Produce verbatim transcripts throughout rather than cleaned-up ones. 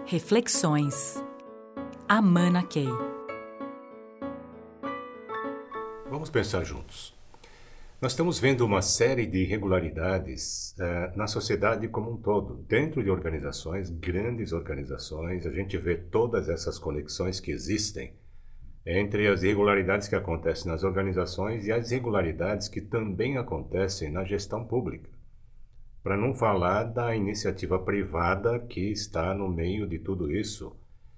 Reflexões. Amana Key. Vamos pensar juntos. Nós estamos vendo uma série de irregularidades uh, na sociedade como um todo. Dentro de organizações, grandes organizações, a gente vê todas essas conexões que existem entre as irregularidades que acontecem nas organizações e as irregularidades que também acontecem na gestão pública. Para não falar da iniciativa privada que está no meio de tudo isso.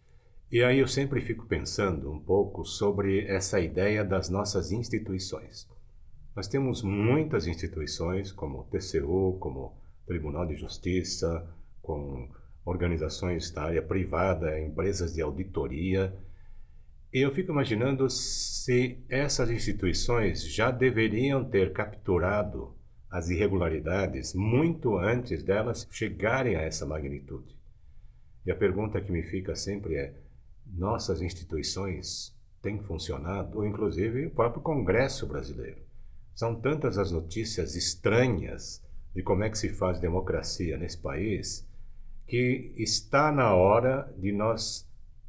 E aí eu sempre fico pensando um pouco sobre essa ideia das nossas instituições. Nós temos muitas instituições, como o T C U, como Tribunal de Justiça, com organizações da área privada, empresas de auditoria. E eu fico imaginando se essas instituições já deveriam ter capturado as irregularidades muito antes delas chegarem a essa magnitude. E a pergunta que me fica sempre é: nossas instituições têm funcionado? Inclusive o próprio Congresso brasileiro. São tantas as notícias estranhas de como é que se faz democracia nesse país, que está na hora de nós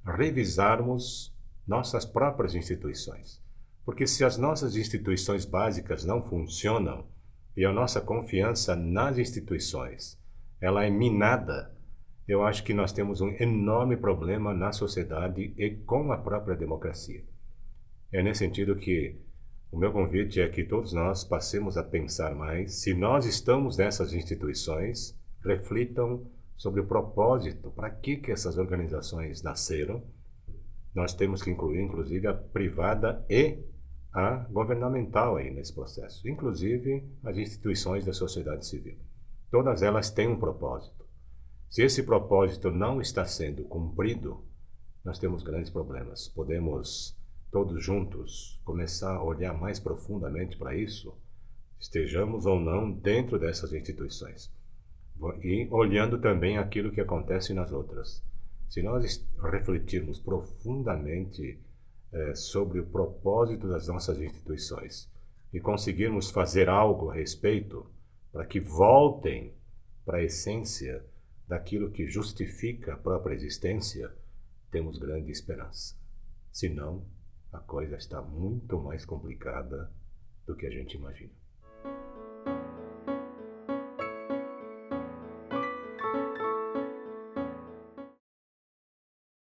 revisarmos nossas próprias instituições. Porque se as nossas instituições básicas não funcionam, e a nossa confiança nas instituições, ela é minada, eu acho que nós temos um enorme problema na sociedade e com a própria democracia. É nesse sentido que o meu convite é que todos nós passemos a pensar mais. Se nós estamos nessas instituições, reflitam sobre o propósito, para que, que essas organizações nasceram. Nós temos que incluir, inclusive, a privada e a governamental aí nesse processo, inclusive as instituições da sociedade civil. Todas elas têm um propósito. Se esse propósito não está sendo cumprido, nós temos grandes problemas. Podemos todos juntos começar a olhar mais profundamente para isso, estejamos ou não dentro dessas instituições, e olhando também aquilo que acontece nas outras. Se nós refletirmos profundamente É, sobre o propósito das nossas instituições e conseguirmos fazer algo a respeito para que voltem para a essência daquilo que justifica a própria existência, temos grande esperança. Senão, a coisa está muito mais complicada do que a gente imagina.